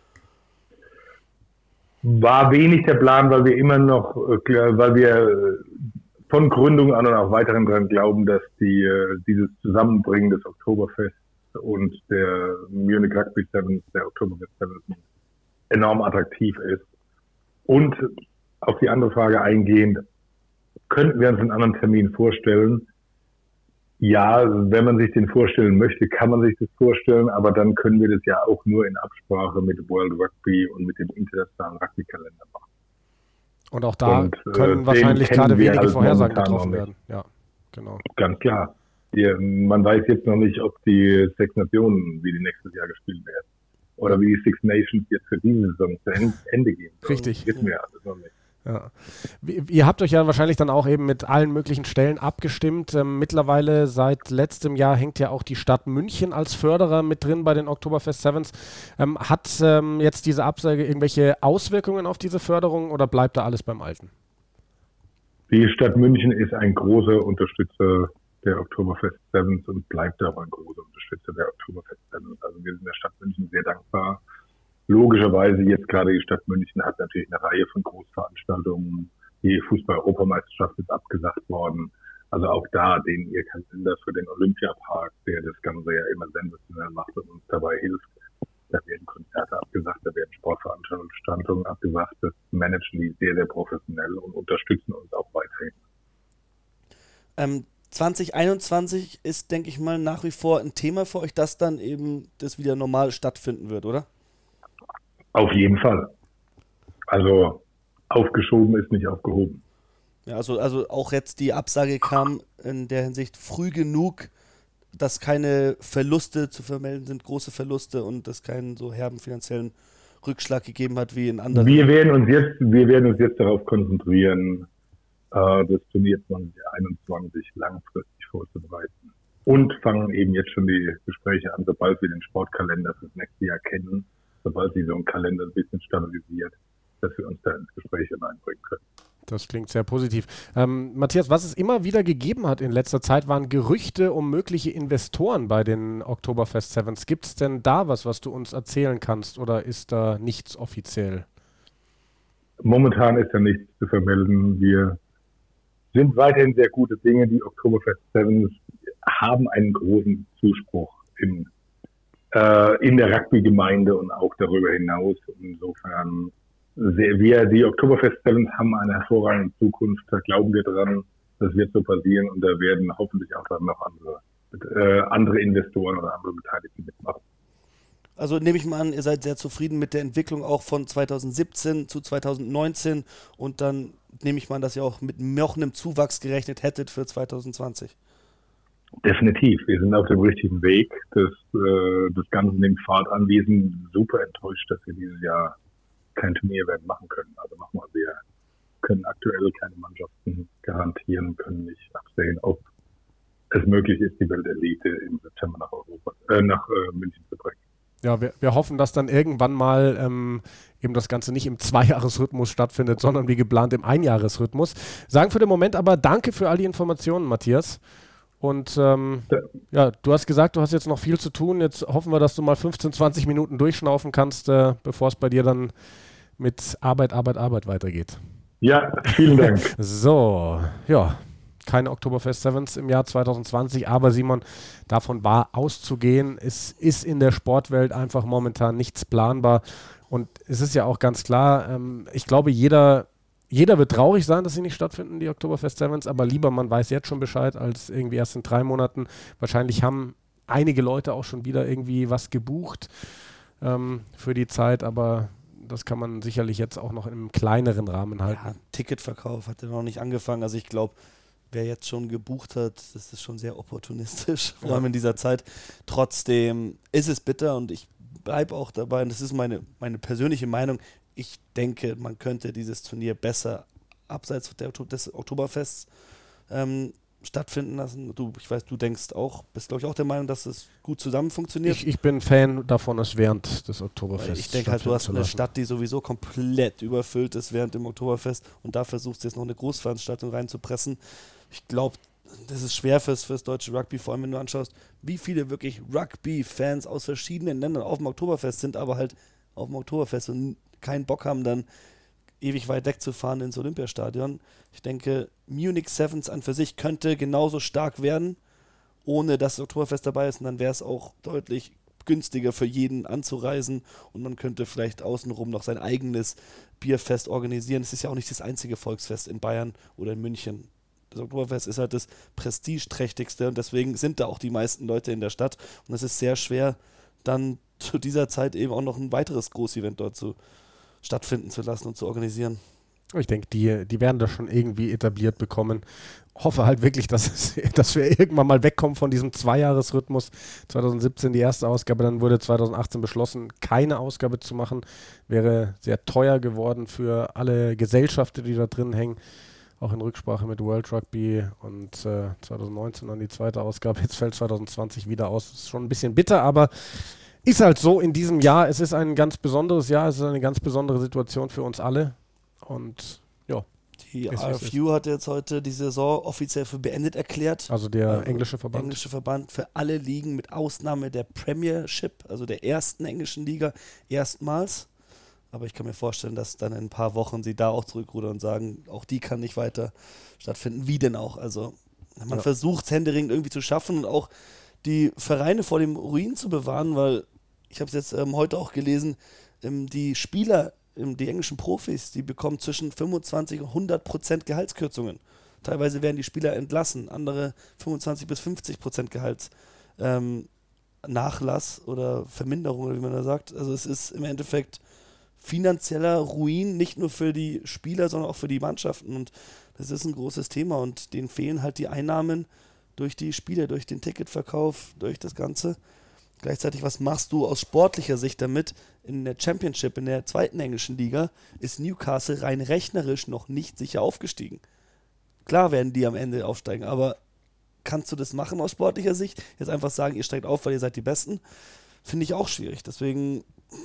War wenig der Plan, weil wir immer noch, weil wir von Gründung an und auch weiterhin daran glauben, dass die dieses Zusammenbringen des Oktoberfest und der Munich Rugby Sevens, der Oktoberfest Sevens, enorm attraktiv ist. Und auf die andere Frage eingehend, könnten wir uns einen anderen Termin vorstellen? Ja, wenn man sich den vorstellen möchte, kann man sich das vorstellen, aber dann können wir das ja auch nur in Absprache mit World Rugby und mit dem internationalen Rugby-Kalender machen. Und auch da und, können äh, wahrscheinlich gerade wenige halt Vorhersagen getroffen werden. Ja, genau. Ganz klar. Die, man weiß jetzt noch nicht, ob die Six Nationen wie die nächstes Jahr gespielt werden. Oder wie die Six Nations jetzt für diese Saison zu Ende gehen. Richtig. Das wissen wir alles noch nicht. Ja. Ihr habt euch ja wahrscheinlich dann auch eben mit allen möglichen Stellen abgestimmt. Ähm, mittlerweile seit letztem Jahr hängt ja auch die Stadt München als Förderer mit drin bei den Oktoberfest Sevens. Ähm, hat ähm, jetzt diese Absage irgendwelche Auswirkungen auf diese Förderung oder bleibt da alles beim Alten? Die Stadt München ist ein großer Unterstützer der Oktoberfest Sevens und bleibt auch ein großer Unterstützer der Oktoberfest Sevens. Also wir sind der Stadt München sehr dankbar. Logischerweise jetzt gerade die Stadt München hat natürlich eine Reihe von Großveranstaltungen. Die Fußball-Europameisterschaft ist abgesagt worden. Also auch da den ihr Kalender für den Olympiapark, der das Ganze ja immer sensationell macht und uns dabei hilft, Da werden Konzerte abgesagt, da werden Sportveranstaltungen abgesagt. Das managen die sehr, sehr professionell und unterstützen uns auch weiterhin. Ähm, zwanzig einundzwanzig ist, denke ich mal, nach wie vor ein Thema für euch, dass dann eben das wieder normal stattfinden wird, oder? Auf jeden Fall. Also aufgeschoben ist nicht aufgehoben. Ja, also, also auch jetzt die Absage kam in der Hinsicht früh genug, dass keine Verluste zu vermelden sind, große Verluste und es keinen so herben finanziellen Rückschlag gegeben hat wie in anderen. Wir werden uns jetzt, wir werden uns jetzt darauf konzentrieren, äh, das Turnier zwanzig einundzwanzig langfristig vorzubereiten. Und fangen eben jetzt schon die Gespräche an, sobald wir den Sportkalender fürs nächste Jahr kennen, sobald sich so ein Kalender ein bisschen stabilisiert, dass wir uns da ins Gespräch hineinbringen können. Das klingt sehr positiv. Ähm, Matthias, was es immer wieder gegeben hat in letzter Zeit, waren Gerüchte um mögliche Investoren bei den Oktoberfest Sevens. Gibt es denn da was, was du uns erzählen kannst, oder ist da nichts offiziell? Momentan ist da nichts zu vermelden. Wir sind weiterhin sehr gute Dinge. Die Oktoberfest Sevens haben einen großen Zuspruch in, äh, in der Rugby-Gemeinde und auch darüber hinaus. Insofern Sehr, wir, die Oktoberfest Sevens haben eine hervorragende Zukunft, da glauben wir dran, das wird so passieren und da werden hoffentlich auch dann noch andere, äh, andere Investoren oder andere Beteiligte mitmachen. Also nehme ich mal an, ihr seid sehr zufrieden mit der Entwicklung auch von zweitausendsiebzehn zu zweitausendneunzehn und dann nehme ich mal an, dass ihr auch mit noch einem Zuwachs gerechnet hättet für zweitausendzwanzig. Definitiv, wir sind auf dem richtigen Weg, das, äh, das Ganze nimmt Fahrt an, wir sind super enttäuscht, dass wir dieses Jahr kein Turnier werden machen können. Also nochmal, wir können aktuell keine Mannschaften garantieren, können nicht absehen, ob es möglich ist, die Weltelite im September nach Europa, äh, nach äh, München zu bringen. Ja, wir, wir hoffen, dass dann irgendwann mal ähm, eben das Ganze nicht im Zweijahresrhythmus stattfindet, sondern wie geplant im Einjahresrhythmus. Sagen für den Moment aber danke für all die Informationen, Matthias. Und ähm, ja. ja, du hast gesagt, du hast jetzt noch viel zu tun. Jetzt hoffen wir, dass du mal fünfzehn, zwanzig Minuten durchschnaufen kannst, äh, bevor es bei dir dann mit Arbeit, Arbeit, Arbeit weitergeht. Ja, vielen Dank. So, ja, keine Oktoberfest Sevens im Jahr zwanzig zwanzig, aber Simon, davon war auszugehen. Es ist in der Sportwelt einfach momentan nichts planbar und es ist ja auch ganz klar, ähm, ich glaube, jeder, jeder wird traurig sein, dass sie nicht stattfinden, die Oktoberfest Sevens, aber lieber man weiß jetzt schon Bescheid, als irgendwie erst in drei Monaten. Wahrscheinlich haben einige Leute auch schon wieder irgendwie was gebucht ähm, für die Zeit, aber das kann man sicherlich jetzt auch noch in einem kleineren Rahmen halten. Ja, Ticketverkauf hat ja noch nicht angefangen. Also ich glaube, wer jetzt schon gebucht hat, das ist schon sehr opportunistisch, vor allem ja. in dieser Zeit. Trotzdem ist es bitter und ich bleibe auch dabei, und das ist meine, meine persönliche Meinung, ich denke, man könnte dieses Turnier besser abseits der, des Oktoberfests ähm, stattfinden lassen. Du, ich weiß, du denkst auch, bist glaube ich auch der Meinung, dass es gut zusammen funktioniert. Ich, ich bin Fan davon, es während des Oktoberfests Ich denke halt, du hast eine Stadt, die sowieso komplett überfüllt ist während dem Oktoberfest und da versuchst du jetzt noch eine Großveranstaltung reinzupressen. Ich glaube, das ist schwer fürs, fürs deutsche Rugby, vor allem wenn du anschaust, wie viele wirklich Rugby-Fans aus verschiedenen Ländern auf dem Oktoberfest sind, aber halt auf dem Oktoberfest und keinen Bock haben, dann ewig weit wegzufahren ins Olympiastadion. Ich denke, Munich Sevens an für sich könnte genauso stark werden, ohne dass das Oktoberfest dabei ist. Und dann wäre es auch deutlich günstiger für jeden anzureisen und man könnte vielleicht außenrum noch sein eigenes Bierfest organisieren. Es ist ja auch nicht das einzige Volksfest in Bayern oder in München. Das Oktoberfest ist halt das prestigeträchtigste und deswegen sind da auch die meisten Leute in der Stadt. Und es ist sehr schwer, dann zu dieser Zeit eben auch noch ein weiteres Großevent dort zu stattfinden zu lassen und zu organisieren. Ich denke, die, die werden das schon irgendwie etabliert bekommen. Hoffe halt wirklich, dass, es, dass wir irgendwann mal wegkommen von diesem Zweijahresrhythmus. zwanzig siebzehn die erste Ausgabe, dann wurde zwanzig achtzehn beschlossen, keine Ausgabe zu machen. Wäre sehr teuer geworden für alle Gesellschaften, die da drin hängen. Auch in Rücksprache mit World Rugby und äh, zwanzig neunzehn dann die zweite Ausgabe. Jetzt fällt zwanzig zwanzig wieder aus. Das ist schon ein bisschen bitter, aber ist halt so in diesem Jahr. Es ist ein ganz besonderes Jahr. Es ist eine ganz besondere Situation für uns alle. Und ja. Die R F U hat jetzt heute die Saison offiziell für beendet erklärt. Also der also englische Verband. englische Verband für alle Ligen mit Ausnahme der Premiership, also der ersten englischen Liga, erstmals. Aber ich kann mir vorstellen, dass dann in ein paar Wochen sie da auch zurückrudern und sagen, auch die kann nicht weiter stattfinden. Wie denn auch? Also man ja. versucht es händeringend irgendwie zu schaffen und auch die Vereine vor dem Ruin zu bewahren, weil ich habe es jetzt ähm, heute auch gelesen, ähm, die Spieler, ähm, die englischen Profis, die bekommen zwischen fünfundzwanzig und hundert Prozent Gehaltskürzungen. Teilweise werden die Spieler entlassen, andere fünfundzwanzig bis fünfzig Prozent Gehalts. Ähm, Nachlass oder Verminderung, oder wie man da sagt. Also es ist im Endeffekt finanzieller Ruin, nicht nur für die Spieler, sondern auch für die Mannschaften. Und das ist ein großes Thema und denen fehlen halt die Einnahmen durch die Spiele, durch den Ticketverkauf, durch das Ganze. Gleichzeitig, was machst du aus sportlicher Sicht damit? In der Championship, in der zweiten englischen Liga, ist Newcastle rein rechnerisch noch nicht sicher aufgestiegen. Klar werden die am Ende aufsteigen, aber kannst du das machen aus sportlicher Sicht? Jetzt einfach sagen, ihr steigt auf, weil ihr seid die Besten, finde ich auch schwierig. Deswegen...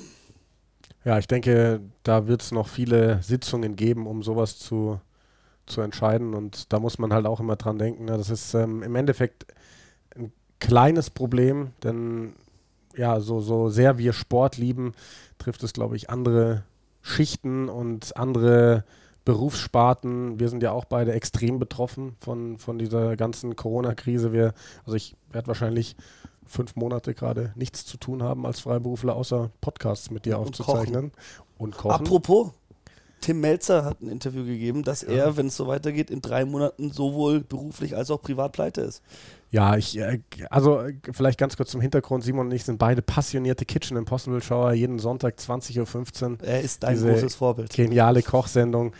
Ja, ich denke, da wird es noch viele Sitzungen geben, um sowas zu, zu entscheiden. Und da muss man halt auch immer dran denken. Ne? Das ist ähm, im Endeffekt ein kleines Problem, denn ja, so, so sehr wir Sport lieben, trifft es, glaube ich, andere Schichten und andere Berufssparten. Wir sind ja auch beide extrem betroffen von, von dieser ganzen Corona-Krise. Wir, also ich werde wahrscheinlich fünf Monate gerade nichts zu tun haben als Freiberufler, außer Podcasts mit dir Und aufzuzeichnen. kochen. Und kochen. Apropos, Tim Melzer hat ein Interview gegeben, dass Ja. er, wenn es so weitergeht, in drei Monaten sowohl beruflich als auch privat pleite ist. Ja, ich, äh, also äh, vielleicht ganz kurz zum Hintergrund. Simon und ich sind beide passionierte Kitchen Impossible-Schauer. Jeden Sonntag zwanzig Uhr fünfzehn. Er ist dein Diese großes Vorbild. Geniale Kochsendung.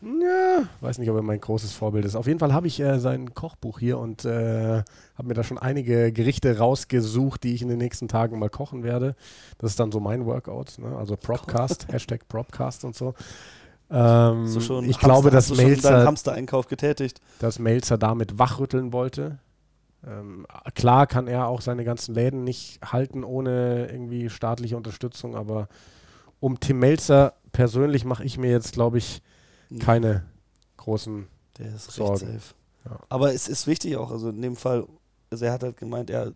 Ja, weiß nicht, ob er mein großes Vorbild ist. Auf jeden Fall habe ich äh, sein Kochbuch hier und äh, habe mir da schon einige Gerichte rausgesucht, die ich in den nächsten Tagen mal kochen werde. Das ist dann so mein Workout, ne? Also Propcast, Hashtag Propcast und so. Ähm, Hast du schon ich Hamster, glaube, dass hast du schon deinen Melzer, Hamstereinkauf getätigt. dass Melzer damit wachrütteln wollte. Ähm, klar kann er auch seine ganzen Läden nicht halten ohne irgendwie staatliche Unterstützung, aber um Tim Melzer persönlich mache ich mir jetzt, glaube ich, keine großen Der ist Sorgen. recht safe. Ja. Aber es ist wichtig auch, also in dem Fall, also er hat halt gemeint, er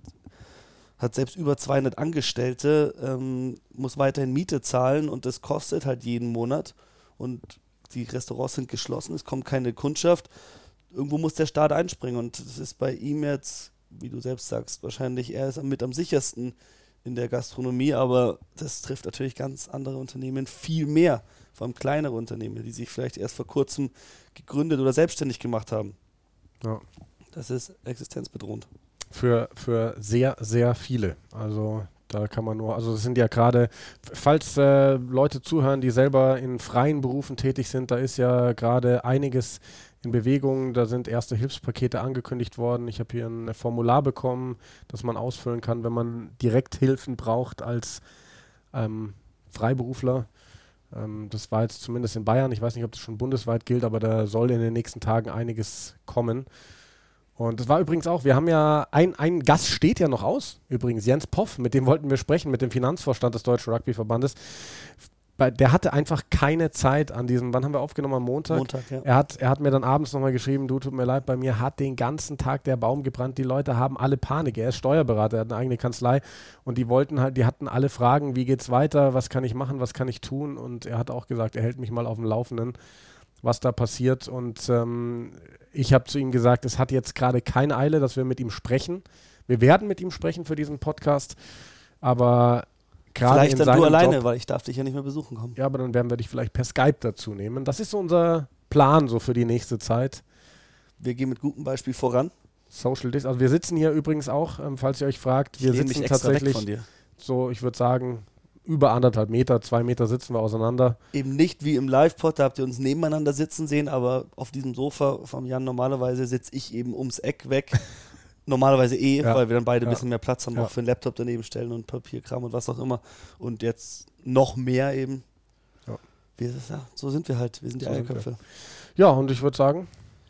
hat selbst über zweihundert Angestellte, ähm, muss weiterhin Miete zahlen und das kostet halt jeden Monat und die Restaurants sind geschlossen, es kommt keine Kundschaft. Irgendwo muss der Staat einspringen und das ist bei ihm jetzt, wie du selbst sagst, wahrscheinlich er ist mit am sichersten in der Gastronomie, aber das trifft natürlich ganz andere Unternehmen viel mehr, vor allem kleinere Unternehmen, die sich vielleicht erst vor kurzem gegründet oder selbstständig gemacht haben. Ja. Das ist existenzbedrohend. Für, für sehr, sehr viele. Also da kann man nur, also es sind ja gerade, falls äh, Leute zuhören, die selber in freien Berufen tätig sind, da ist ja gerade einiges in Bewegung. Da sind erste Hilfspakete angekündigt worden. Ich habe hier ein Formular bekommen, das man ausfüllen kann, wenn man direkt Hilfen braucht als ähm, Freiberufler. Ähm, das war jetzt zumindest in Bayern. Ich weiß nicht, ob das schon bundesweit gilt, aber da soll in den nächsten Tagen einiges kommen. Und das war übrigens auch, wir haben ja, ein, ein Gast steht ja noch aus, übrigens, Jens Poff, mit dem wollten wir sprechen, mit dem Finanzvorstand des Deutschen Rugbyverbandes. Bei, der hatte einfach keine Zeit an diesem, wann haben wir aufgenommen, am Montag? Montag, ja. Er hat, er hat mir dann abends nochmal geschrieben, du, tut mir leid, bei mir hat den ganzen Tag der Baum gebrannt, die Leute haben alle Panik, er ist Steuerberater, er hat eine eigene Kanzlei und die wollten halt, die hatten alle Fragen, wie geht's weiter, was kann ich machen, was kann ich tun und er hat auch gesagt, er hält mich mal auf dem Laufenden, was da passiert und ähm, ich habe zu ihm gesagt, es hat jetzt gerade keine Eile, dass wir mit ihm sprechen. Wir werden mit ihm sprechen für diesen Podcast, aber gerade Vielleicht in dann seinem du alleine, Job, weil ich darf dich ja nicht mehr besuchen kommen. ja, aber dann werden wir dich vielleicht per Skype dazu nehmen. Das ist so unser Plan so für die nächste Zeit. Wir gehen mit gutem Beispiel voran. Social Dis. Also wir sitzen hier übrigens auch, ähm, falls ihr euch fragt, wir ich lehne mich sitzen extra weg tatsächlich von dir. so, ich würde sagen, über anderthalb Meter, zwei Meter sitzen wir auseinander. Eben nicht wie im Live-Pod, da habt ihr uns nebeneinander sitzen sehen, aber auf diesem Sofa vom Jan normalerweise sitze ich eben ums Eck weg. Normalerweise eh, Ja. weil wir dann beide ein Ja. bisschen mehr Platz haben, Ja. auch für den Laptop daneben stellen und Papierkram und was auch immer. Und jetzt noch mehr eben. Ja. Wir, ja, so sind wir halt, wir sind die So sind Eierköpfe. Ja, und ich würde sagen,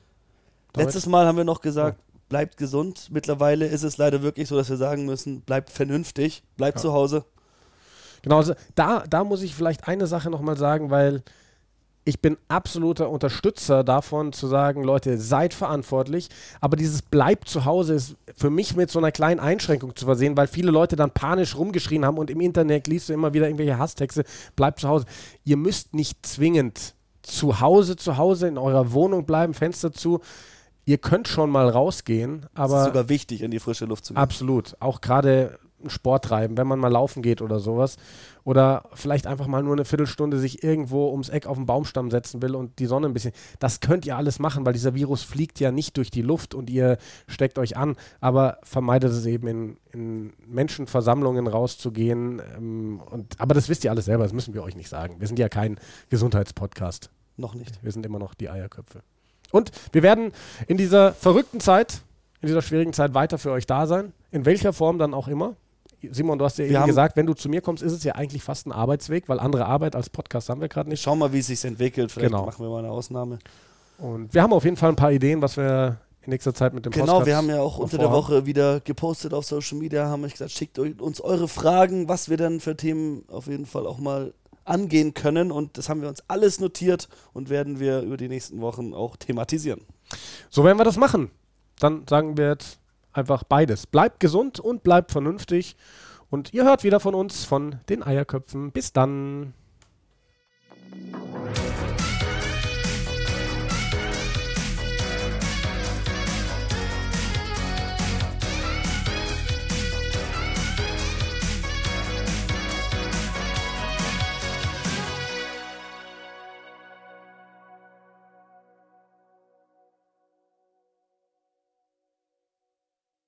damit- Letztes Mal haben wir noch gesagt, bleibt gesund. Mittlerweile ist es leider wirklich so, dass wir sagen müssen, bleibt vernünftig, bleibt Ja. zu Hause. Genau, also da, da muss ich vielleicht eine Sache nochmal sagen, weil ich bin absoluter Unterstützer davon zu sagen, Leute, seid verantwortlich, aber dieses bleibt zu Hause ist für mich mit so einer kleinen Einschränkung zu versehen, weil viele Leute dann panisch rumgeschrien haben und im Internet liest du immer wieder irgendwelche Hasstexte, bleibt zu Hause. Ihr müsst nicht zwingend zu Hause, zu Hause in eurer Wohnung bleiben, Fenster zu. Ihr könnt schon mal rausgehen, Es ist aber sogar wichtig, in die frische Luft zu gehen. absolut, auch gerade bestimmten Sport treiben, wenn man mal laufen geht oder sowas. Oder vielleicht einfach mal nur eine Viertelstunde sich irgendwo ums Eck auf den Baumstamm setzen will und die Sonne ein bisschen. Das könnt ihr alles machen, weil dieser Virus fliegt ja nicht durch die Luft und ihr steckt euch an. Aber vermeidet es eben, in, in Menschenversammlungen rauszugehen. Ähm, und, aber das wisst ihr alles selber, das müssen wir euch nicht sagen. Wir sind ja kein Gesundheitspodcast. Noch nicht. Wir sind immer noch die Eierköpfe. Und wir werden in dieser verrückten Zeit, in dieser schwierigen Zeit weiter für euch da sein. In welcher Form dann auch immer. Simon, du hast ja Wir eben gesagt, wenn du zu mir kommst, ist es ja eigentlich fast ein Arbeitsweg, weil andere Arbeit als Podcast haben wir gerade nicht. Schauen wir mal, wie es sich entwickelt. Vielleicht Genau. machen wir mal eine Ausnahme. Und wir haben auf jeden Fall ein paar Ideen, was wir in nächster Zeit mit dem Podcast Genau, wir haben ja auch unter der vorhaben. Woche wieder gepostet auf Social Media, haben euch gesagt, schickt uns eure Fragen, was wir dann für Themen auf jeden Fall auch mal angehen können. Und das haben wir uns alles notiert und werden wir über die nächsten Wochen auch thematisieren. So werden wir das machen. Dann sagen wir jetzt einfach beides. Bleibt gesund und bleibt vernünftig. Und ihr hört wieder von uns, von den Eierköpfen. Bis dann.